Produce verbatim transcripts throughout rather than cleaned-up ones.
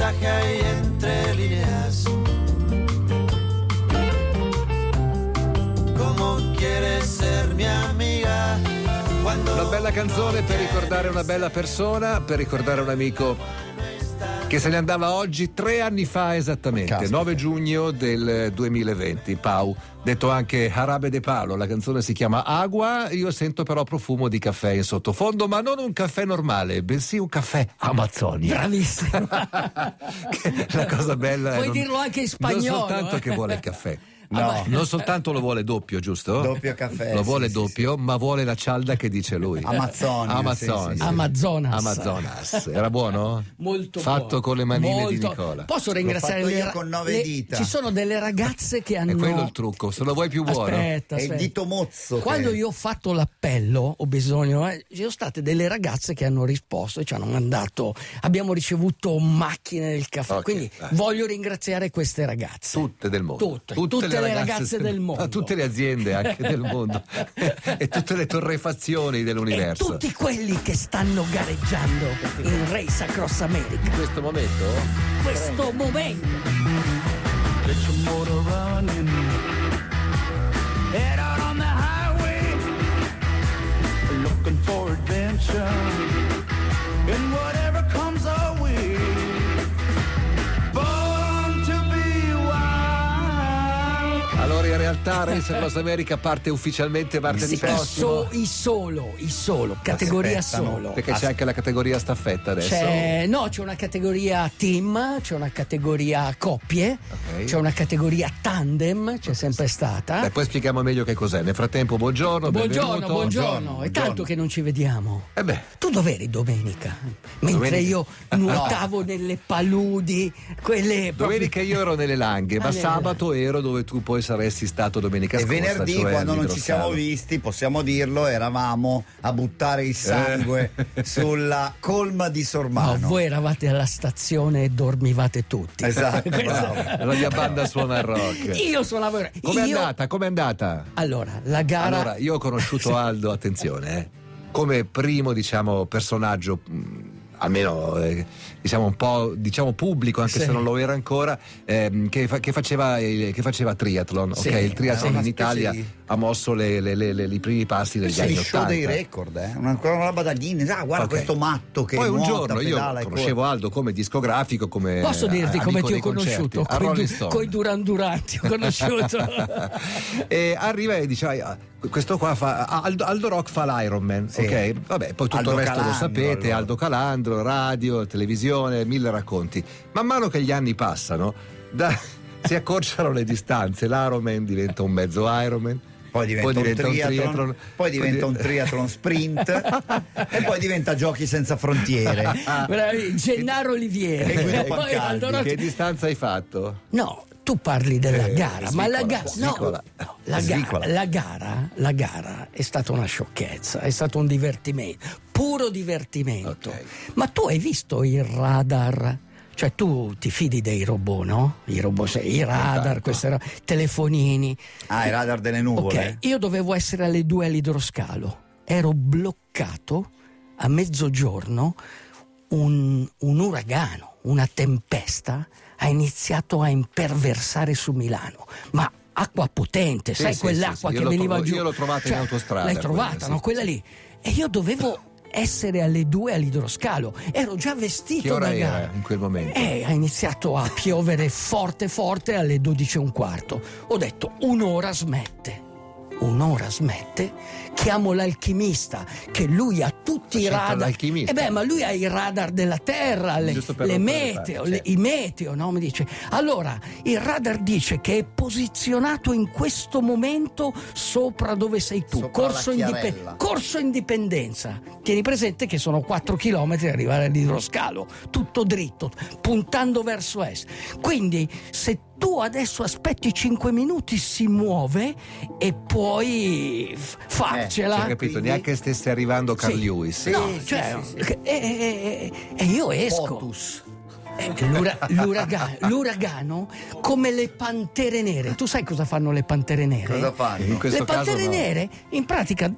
mensaje ahí entre líneas. ¿Cómo quieres ser mi amiga? Quando una bella canzone per ricordare una bella persona, per ricordare un amico che se ne andava oggi tre anni fa esattamente, Caspita. nove giugno del duemilaventi. Pau, detto anche Jarabe de Palo, la canzone si chiama Agua, io sento però profumo di caffè in sottofondo, ma non un caffè normale, bensì un caffè Amazzonia. Bravissimo. La cosa bella Puoi è non, dirlo anche in spagnolo. non soltanto eh. che vuole il caffè. No, Non soltanto lo vuole doppio, giusto? doppio caffè. Lo vuole sì, doppio, ma vuole la cialda che dice lui. Amazzonia, Amazonia. sì, sì, sì. Amazonas. Amazonas. Era buono? Molto Fatto buono. con le manine Molto. di Nicola. Posso ringraziare L'ho fatto le io ra- con nove le- dita. Ci sono delle ragazze che hanno. È quello il trucco, se lo vuoi più buono. Aspetta, È il aspetta. dito mozzo. Quando che- io ho fatto l'appello, ho bisogno, eh, ci sono state delle ragazze che hanno risposto e ci hanno mandato, abbiamo ricevuto macchine del caffè, Ok, quindi dai. voglio ringraziare queste ragazze. Tutte del mondo. Tutte, tutte le ragazze del mondo. Ma tutte le aziende anche del mondo. E tutte le torrefazioni E dell'universo. tutti quelli che stanno gareggiando in Race Across America. In questo momento? Questo momento. Get your motor running. Head out on the highway, looking for adventure. And whatever comes our way, born to be wild. Allora in realtà Race Across America parte ufficialmente martedì Sì, i, prossimo. so- i solo, i solo, categoria Aspettano. solo. Perché c'è anche la categoria staffetta adesso. C'è, no, c'è una categoria team, c'è una categoria coppie, Ok. c'è una categoria tandem, c'è sempre stata. Beh, poi spieghiamo meglio che cos'è. Nel frattempo, buongiorno, buongiorno, benvenuto. buongiorno, Buongiorno, è tanto buongiorno. che non ci vediamo. Eh beh, Tu dov'eri domenica? Mentre Domenica? io nuotavo nelle paludi, quelle proprio- domenica io ero nelle Langhe, ma Ah, nelle sabato ero dove tu poi saresti stato domenica E scorsa. venerdì, cioè quando non ci all'idrossalo. siamo visti, possiamo dirlo, eravamo a buttare il sangue sulla colma di No, Sormano. voi eravate alla stazione e dormivate tutti. Esatto, Questa- bravo. La mia banda suona il rock. Io suonavo. Com'è io- andata? Com'è andata? Allora, la gara. Allora, io ho conosciuto Aldo, attenzione, eh, come primo, diciamo, personaggio, mh, almeno eh, diciamo un po' diciamo pubblico, anche Sì. se non lo era ancora, ehm, che, fa- che faceva il, che faceva triathlon. Sì, ok, il triathlon una in specie Italia di- ha mosso le, le- le- le- i primi passi degli Sì, anni il show ottanta. dei record, eh? una, una roba da Guinness. Ah, guarda Ok. questo matto che Poi un nuota, giorno io pedala e conoscevo Aldo come discografico, come Posso dirti eh, come amico ti ho dei concerti, conosciuto? a Coi, Rolling du- Stone. coi Duran Duran ti ho conosciuto. E arriva e dice ah, questo qua fa Aldo, Aldo Rock fa l'Ironman, Sì. ok, vabbè, poi tutto Aldo il resto lo Calandro, sapete, allora. Aldo Calandro, radio, televisione, mille racconti. Man mano che gli anni passano da- si accorciano le distanze, l'Ironman diventa un mezzo Ironman, poi diventa, Poi diventa un un triathlon, triathlon, poi diventa poi un triathlon sprint e poi diventa giochi senza frontiere. Bravi, Gennaro Olivieri. E Guido Poi Pancaldi, Aldo Rock- che distanza hai fatto? No, tu parli della Eh, gara, ma la, ga- svicola, no, svicola. no, la, Svicola. ga- la gara, la gara è stata una sciocchezza, è stato un divertimento, puro divertimento. Ok. Ma tu hai visto il radar? Cioè tu ti fidi dei robot, no? I robot, sai, i radar, tanto. queste ro- telefonini. Ah, i radar delle nuvole. Ok, io dovevo essere alle due all'idroscalo, ero bloccato a mezzogiorno, un, un uragano, una tempesta ha iniziato a imperversare su Milano, ma acqua potente, Sì, sai sì, quell'acqua sì, sì, che io l'ho veniva trovo- giù. io l'ho trovata in autostrada, L'hai quella, trovata, sì, no? sì, Quella sì. lì. E io dovevo essere alle due all'idroscalo, ero già vestito Che ora da era gara. in quel momento? E ha iniziato a piovere forte forte alle dodici e un quarto. Ho detto un'ora smette. Un'ora smette, chiamo l'alchimista che lui ha tutti i Certo, radar. l'alchimista. E beh, ma lui ha i radar della terra, le, Giusto per le rompere le meteo, palle, le- certo. i meteo, no? Mi dice. Allora, il radar dice che è posizionato in questo momento sopra dove sei tu, Sopra la corso, Indipe- Chiarella. corso Indipendenza. Tieni presente che sono quattro chilometri ad arrivare all'idroscalo, tutto dritto, puntando verso est. Quindi, se tu adesso aspetti cinque minuti, si muove e puoi f- farcela. Cioè, capito, quindi- neanche stesse arrivando Carl Sì. Lewis. Sì, No, sì, cioè, sì, sì. E, e- e io esco. Potus. Eh, l'ura- l'uraga- l'uragano come le pantere nere. Tu sai cosa fanno le pantere nere? Cosa fanno? In questo Le pantere caso no. nere in pratica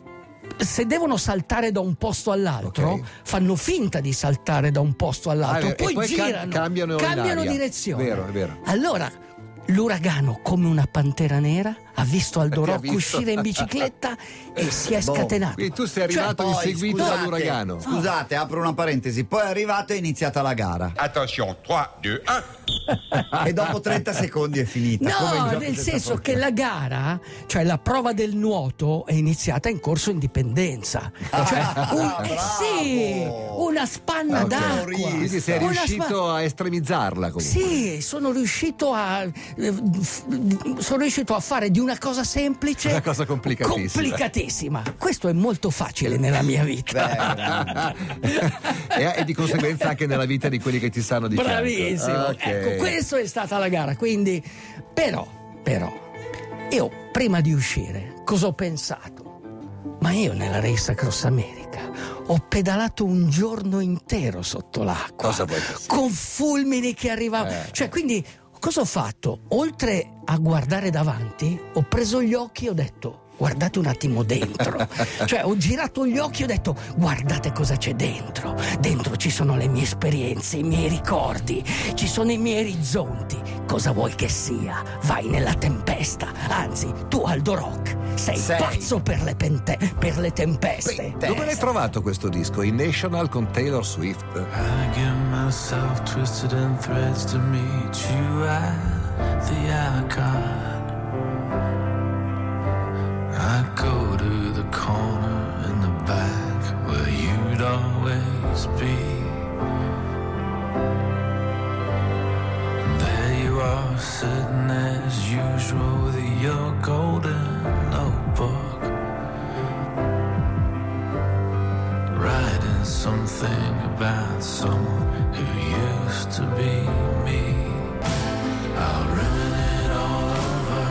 se devono saltare da un posto all'altro, Ok. fanno finta di saltare da un posto all'altro, Ah, e poi, poi cam- girano, cambiano in cambiano aria. direzione. Vero, è vero. Allora, l'uragano, come una pantera nera, ha visto Aldo Ti ha Rock visto? uscire in bicicletta e si è Boh, scatenato. Quindi tu sei arrivato Poi, inseguito scusate, dall'uragano. Scusate, apro una parentesi. Poi è arrivato e è iniziata la gara. Attention, tre, due, un. E dopo trenta secondi è finita. come in No, giochi nel senza senso fortuna. che la gara, cioè la prova del nuoto, è iniziata in corso Indipendenza. Cioè, un- eh sì, una spanna Ah, ok. d'acqua. Quindi sei Una riuscito a estremizzarla comunque. Sì, sono riuscito a eh, f- sono riuscito a fare di una cosa semplice Una cosa complicatissima. complicatissima. Questo è molto facile nella mia vita. e, e di conseguenza anche nella vita di quelli che ti stanno di fianco. Bravissimo. Ok. Ecco, questa è stata la gara. Quindi, però, però, io prima di uscire, cosa ho pensato? Ma io nella Race Across America ho pedalato un giorno intero sotto l'acqua. Cosa vuoi che sia? Con fulmini che arrivavano. Eh. Cioè, quindi, cosa ho fatto? Oltre a guardare davanti, ho preso gli occhi e ho detto: guardate un attimo dentro. Cioè, ho girato gli occhi e ho detto: guardate cosa c'è dentro. Dentro ci sono le mie esperienze, i miei ricordi, ci sono i miei orizzonti. Cosa vuoi che sia? Vai nella tempesta. Anzi, tu, Aldo Rock, sei, Sei. pazzo per le, pente- per le tempeste. Dove l'hai trovato questo disco? In National con Taylor Swift. I get myself twisted in threads to meet you at the icon. I go to the corner in the back where you'd always be. And there you are sitting as usual with your golden notebook, writing something about someone who used to be me. I'll ruminate all over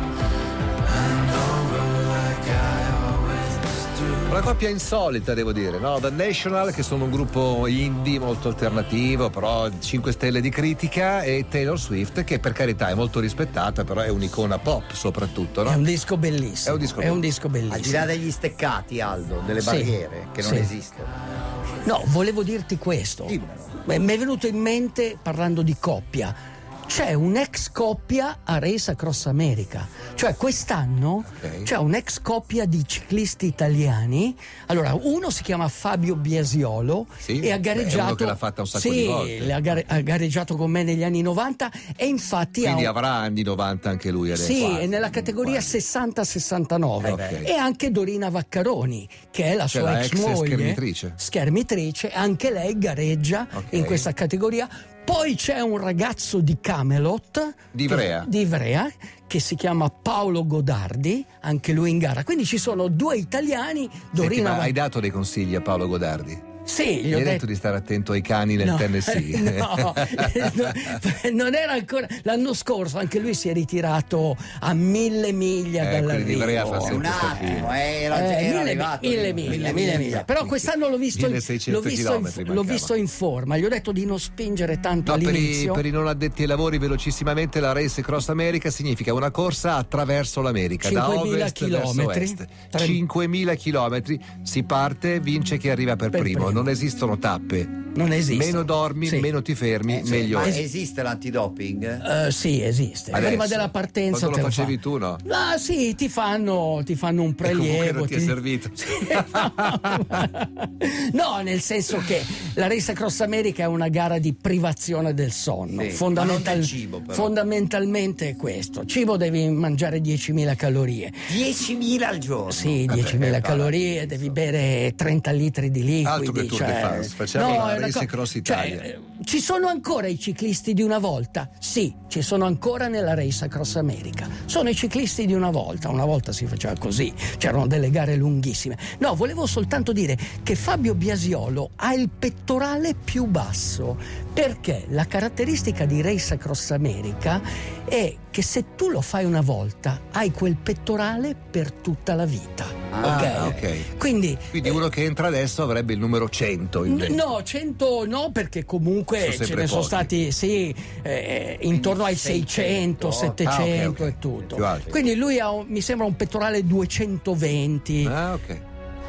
and over like I always do. Una coppia insolita, devo dire, no? The National, che sono un gruppo indie molto alternativo, però cinque stelle di critica, e Taylor Swift, che per carità è molto rispettata, però è un'icona pop soprattutto, È no? un disco bellissimo. È un disco È un disco bellissimo. Al di là degli steccati, Aldo, delle Sì. barriere che non Sì. esistono. No, volevo dirti questo. Dimmelo. Beh, mi è venuto in mente, parlando di coppia, c'è un'ex coppia a Race Across America. Cioè, quest'anno Ok. c'è un'ex coppia di ciclisti italiani. Allora, uno si chiama Fabio Biasiolo Sì, e ha beh, gareggiato. è uno che l'ha fatta un sacco sì, di volte. le ha, gare- ha gareggiato con me negli anni novanta e infatti Quindi ha un- avrà anni novanta anche lui adesso. sì, Quasi. è nella categoria sessanta sessantanove. Ok. E anche Dorina Vaccaroni, che è la Cioè sua la ex ex moglie. schermitrice. Schermitrice, anche lei gareggia Ok. in questa categoria. Poi c'è un ragazzo di Camelot, Di che- Ivrea. di Ivrea, che si chiama Paolo Godardi, anche lui in gara. Quindi ci sono due italiani. Senti, Dorina ma Va- hai dato dei consigli a Paolo Godardi? Sì, gli Gli ho hai detto detto di stare attento ai cani nel No, Tennessee. no, no, non era ancora l'anno scorso, anche lui si è ritirato a mille miglia Eh, quelli di Ivrea dall'arrivo. fa Un sempre attimo, eh, era, Eh, era mille, arrivato. mille lì. miglia, mille miglia. Però quest'anno l'ho visto, in, milleseicento l'ho visto, in, chilometri l'ho mancavano. visto in forma. Gli ho detto di non spingere tanto No, per i, all'inizio. per i non addetti ai lavori, velocissimamente, la Race Cross America significa una corsa attraverso l'America, da cinquemila ovest verso chilometri. est. Tre- cinquemila chilometri, si parte, vince chi arriva per, Per primo. primo. Non esistono tappe. Non esiste. Meno dormi, Sì. meno ti fermi, Eh, sì, meglio ma è. esiste l'antidoping? Eh, sì, esiste. Adesso, Prima della partenza quando te lo lo facevi fa- tu, no? Ah, sì, ti fanno, ti fanno un E comunque prelievo. non ti è servito. Sì, no. No, nel senso che la Race Across America è una gara di privazione del sonno. Sì, Fondamental- ma non del cibo, però. Fondamentalmente è questo. Cibo devi mangiare diecimila calorie. diecimila al giorno. Sì, Vabbè, diecimila è calorie, devi bere trenta litri di liquidi. Altro che Tour de cioè- France, facciamo la è una Race co- Cross cioè, Italia. eh, ci sono ancora i ciclisti di una volta? Sì, ci sono ancora nella Race Across America. Sono i ciclisti di una volta, una volta si faceva così, c'erano delle gare lunghissime. No, volevo soltanto dire che Fabio Biasiolo ha il pettorale più basso, perché la caratteristica di Race Across America è che se tu lo fai una volta hai quel pettorale per tutta la vita. Ah, ok? ok. Quindi Quindi uno che entra adesso avrebbe il numero cento invece. no, cento no, perché comunque Sono ce sempre ne sono pochi. stati, sì, eh, intorno ai seicento, settecento Ah, ok, ok. e tutto. Più alti. Quindi lui ha, un- mi sembra, un pettorale duecentoventi. Ah, ok.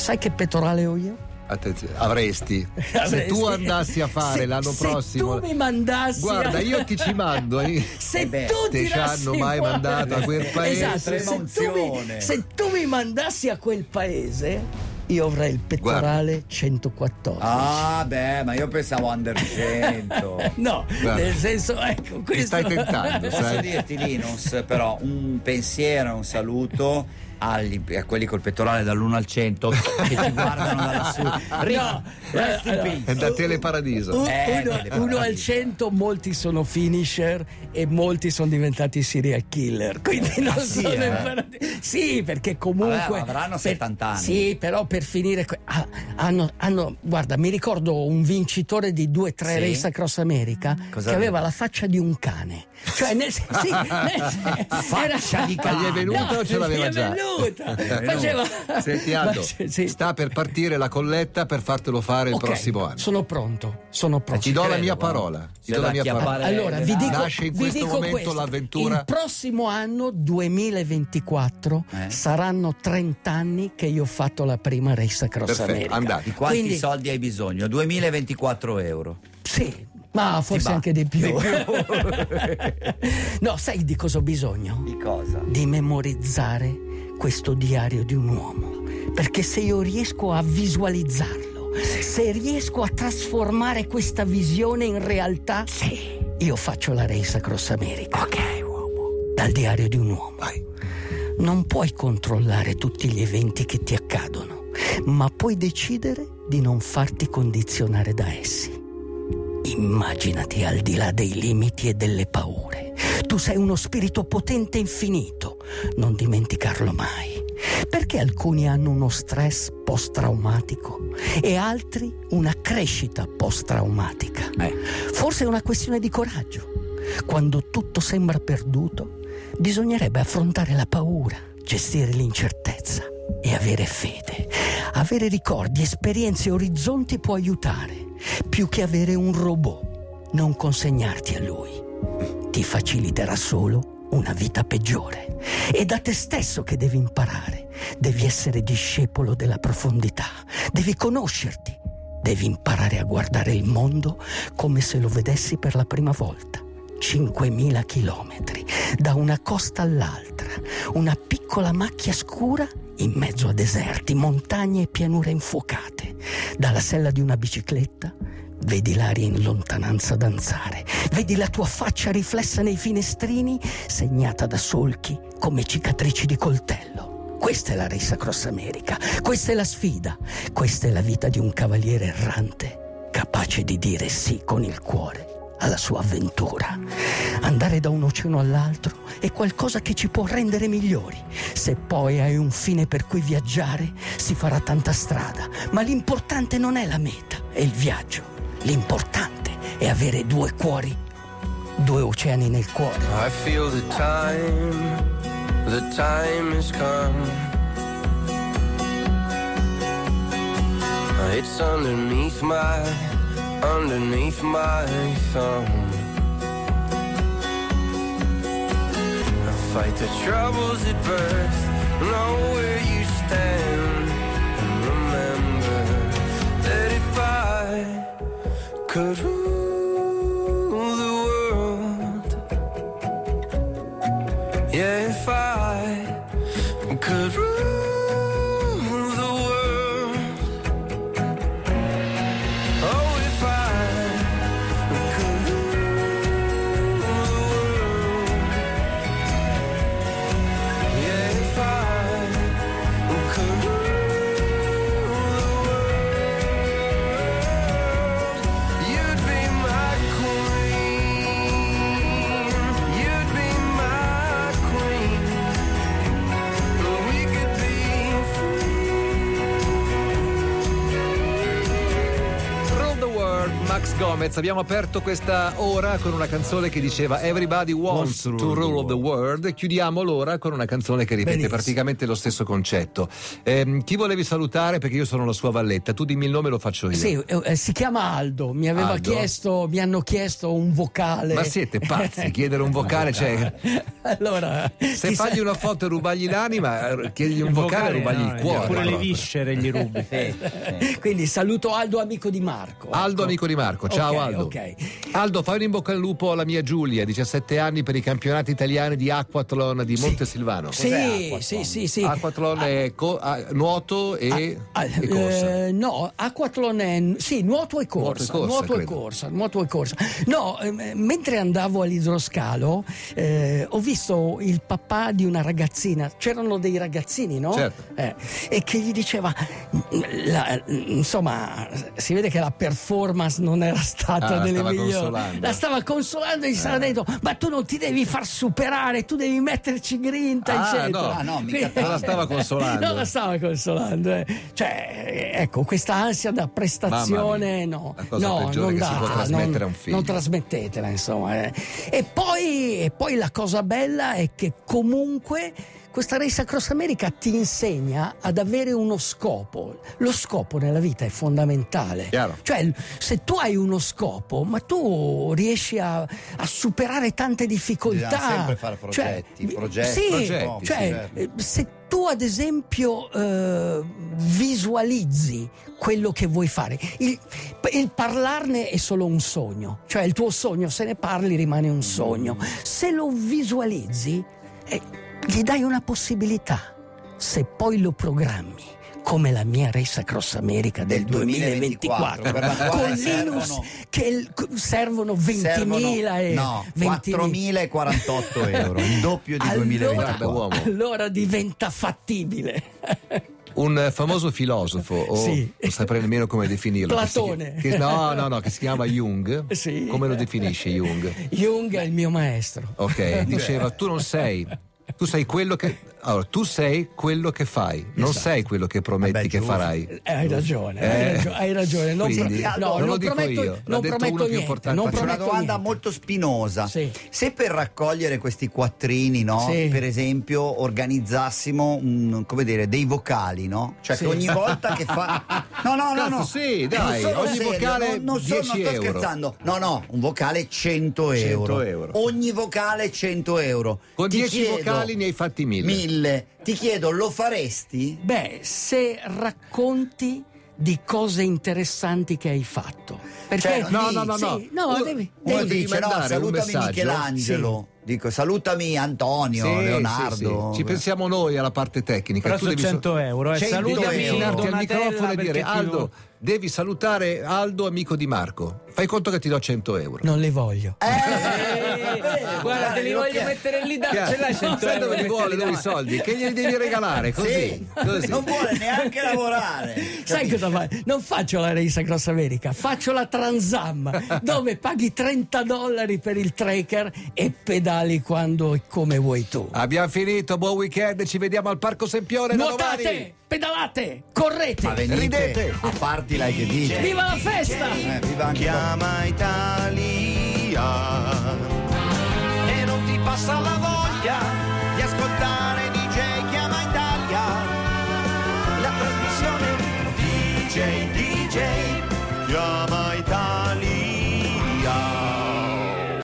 Sai che pettorale ho io? Attenzione, avresti. Se Avresti. tu andassi a fare Se- l'anno se prossimo. tu mi mandassi Guarda, a- io ti ci mando. eh. Se Eh beh, tu te ci tirassi hanno mai fuori- mandato a quel paese? Esatto, se Estrema tu, mi, unzione. se tu mi mandassi a quel paese, io avrei il pettorale centoquattordici. Ah, beh, ma io pensavo under cento. No, Guarda, nel senso, ecco, Ti questo... stai tentando, Posso sai? dirti, Linus, però un pensiero e un saluto agli, a quelli col pettorale dall'uno al cento che ti guardano da lassù. Rick, rest in allora, peace. È da Teleparadiso. Un- Eh, uno, delle uno al paradiso. cento, molti sono finisher e molti sono diventati serial killer. Quindi non Ah, sì, sono eh? in paradiso. Sì, perché comunque. Vabbè, ma avranno per- settanta anni. Sì, però per finire. que- ah, hanno, hanno- guarda, mi ricordo un vincitore di due o tre Sì? Race Across America Cosa che aveva? aveva la faccia di un cane. Cioè, nel, sen- sì, nel sen- Faccia di cane. Gli è venuta o ce l'aveva gli è già? venuta. venuta. Faceva. Senti Aldo, Ma- sì. sta per partire la colletta per fartelo fare il Ok, prossimo anno. sono pronto, sono Eh, pronto. Ti do la credo, mia guarda. parola. Ti Se do la la mia chiappa- parola. Allora, vi dico, Nasce in vi questo dico momento questo. l'avventura. Il prossimo anno, duemilaventiquattro, Eh? saranno trenta anni che io ho fatto la prima Race Across Perfetto, America. andate. Di quanti Quindi, soldi hai bisogno? duemilaventiquattro euro. Sì, ma forse va. anche di più. No, sai di cosa ho bisogno? Di cosa? Di memorizzare questo diario di un uomo. Perché se io riesco a visualizzarlo, se riesco a trasformare questa visione in realtà, io faccio la Race Across America. Ok, uomo. Dal diario di un uomo. Non puoi controllare tutti gli eventi che ti accadono, ma puoi decidere di non farti condizionare da essi. Immaginati al di là dei limiti e delle paure. Tu sei uno spirito potente e infinito. Non dimenticarlo mai. Perché alcuni hanno uno stress post-traumatico e altri una crescita post-traumatica? Eh. Forse è una questione di coraggio. Quando tutto sembra perduto, bisognerebbe affrontare la paura, gestire l'incertezza e avere fede. Avere ricordi, esperienze e orizzonti può aiutare, più che avere un robot. Non consegnarti a lui. Ti faciliterà solo una vita peggiore. È da te stesso che devi imparare. Devi essere discepolo della profondità. Devi conoscerti. Devi imparare a guardare il mondo come se lo vedessi per la prima volta. cinquemila chilometri, da una costa all'altra, una piccola macchia scura in mezzo a deserti, montagne e pianure infuocate. Dalla sella di una bicicletta vedi l'aria in lontananza danzare, vedi la tua faccia riflessa nei finestrini, segnata da solchi come cicatrici di coltello. Questa è la Race Across America, questa è la sfida, questa è la vita di un cavaliere errante, capace di dire sì con il cuore alla sua avventura. Andare da un oceano all'altro è qualcosa che ci può rendere migliori. Se poi hai un fine per cui viaggiare, si farà tanta strada, ma l'importante non è la meta, è il viaggio. L'importante è avere due cuori, due oceani nel cuore. I feel the time, the time has come. It's underneath my, underneath my thumb. I fight the troubles at birth, know where you stand, and remember that if I could rule the world, yeah, if I could rule the world, oh, if I could rule the world, yeah, if I could rule the world, you'd be Gomez. Abbiamo aperto questa ora con una canzone che diceva Everybody wants to rule the world. Chiudiamo l'ora con una canzone che ripete Benissimo. praticamente lo stesso concetto. Ehm, chi volevi salutare? Perché io sono la sua valletta. Tu dimmi il nome, lo faccio io. Sì, eh, si chiama Aldo. Mi aveva Aldo? chiesto, mi hanno chiesto un vocale. Ma siete pazzi? Chiedere un vocale, cioè. Allora, Se ti fagli sa- una foto e rubagli l'anima, chiedi un vocale e rubagli no, il cuore. pure le proprio. viscere gli rubi. Sì, sì. Quindi saluto Aldo, amico di Marco. Aldo, ecco. amico di Marco, ciao Ok, Aldo. ok. Aldo, fai un in bocca al lupo alla mia Giulia, diciassette anni, per i campionati italiani di Aquathlon di Montesilvano. Sì, Aquathlon? sì, sì, sì. Aquathlon è co- ah, nuoto e, Ah, e corsa. eh, no, Aquathlon è sì, nuoto e corsa, Nuoto e corsa, nuoto e credo. corsa, nuoto e corsa. No, eh, mentre andavo all'idroscalo eh, ho visto il papà di una ragazzina, c'erano dei ragazzini, no? Certo. Eh, e che gli diceva, la- insomma, si vede che la performance non era stata Ah, la delle stava migliori. consolando. La stava consolando e gli stava detto, ma tu non ti devi far superare, tu devi metterci grinta, Ah, eccetera. no. Ah, no, mica Quindi- Non la stava consolando. Non la stava consolando. eh. Cioè, ecco, questa ansia da prestazione, Mamma mia, no, la cosa no, peggiore non che si dà, può trasmettere non, a un figlio. non trasmettetela, insomma. eh. E poi, e poi la cosa bella è che comunque questa Race Across America ti insegna ad avere uno scopo. Lo scopo nella vita è fondamentale. Chiaro. Cioè, se tu hai uno scopo, ma tu riesci a, a superare tante difficoltà. Bisogna sempre fare progetti, Cioè, progetti, sì, progetti, cioè, sì, certo. eh, se tu ad esempio eh, visualizzi quello che vuoi fare, il, il parlarne è solo un sogno, cioè il tuo sogno, se ne parli rimane un sogno, se lo visualizzi eh, gli dai una possibilità, se poi lo programmi come la mia Race Across America del Del duemilaventiquattro, duemilaventiquattro, per la con quale Linus servono- che il- servono ventimila e no, ventimila. quattromila e quarantotto euro, il doppio di Allora, duemilaventiquattro. uomo. allora diventa fattibile. Un famoso filosofo, o Sì. non saprei nemmeno come definirlo. che si- Platone. che- no, no, no, che si chiama Jung. Sì. Come lo definisce Jung? Jung è il mio maestro. Ok, diceva tu non sei, tu sei quello che allora, tu sei quello che fai, non Esatto. sei quello che prometti Vabbè, che giusto. farai. Eh, hai ragione, Eh, hai ragione, hai ragione. Non, quindi, pro- no, non non lo dico prometto, io, l'ha non detto prometto uno più niente. importante. Non Faccio una prometto domanda niente. molto spinosa. Sì. Se per raccogliere questi quattrini, no, Sì. per esempio, organizzassimo un- come dire, dei vocali, no? Cioè Sì. che ogni volta che fa. No, no, no, Cazzo, no. sì, dai, Non sono ogni serio, vocale non, non, so- dieci non sto euro. scherzando. No, no, un vocale cento euro. cento euro. Ogni vocale cento euro. Con Ti dieci chiedo- vocali ne hai fatti mille. Mille. Ti chiedo, lo faresti? Beh, se racconti di cose interessanti che hai fatto. Perché Cioè, No, no, no, sì, no. no, Uno- devi, Uno Devi dice no, mandare un salutami messaggio. Michelangelo. Dico, salutami Antonio, Sì, Leonardo. sì, sì. Ci pensiamo noi alla parte tecnica. Però tu sono devi so- cento euro. E cento salutami euro. avvicinarti al Donatella, microfono e dire perché ti- Aldo, devi salutare Aldo, amico di Marco. Fai conto che ti do cento euro. non le voglio. Eh, Guarda, te li voglio mettere lì da. Ce l'hai cento Sai euro? dove li vuole lui i Mettili soldi? Che glieli devi regalare così. Sì, così. non vuole neanche lavorare. Sai capisci? cosa fai? Non faccio la Race Across America, faccio la Transam, dove paghi trenta dollari per il tracker e pedali quando e come vuoi tu. Abbiamo finito, buon weekend, ci vediamo al Parco Sempione da Nuotate, domani. pedalate, correte. Ma venite Ridete. a parti like che dice. Viva la festa! Eh, viva anche Chiama Italia.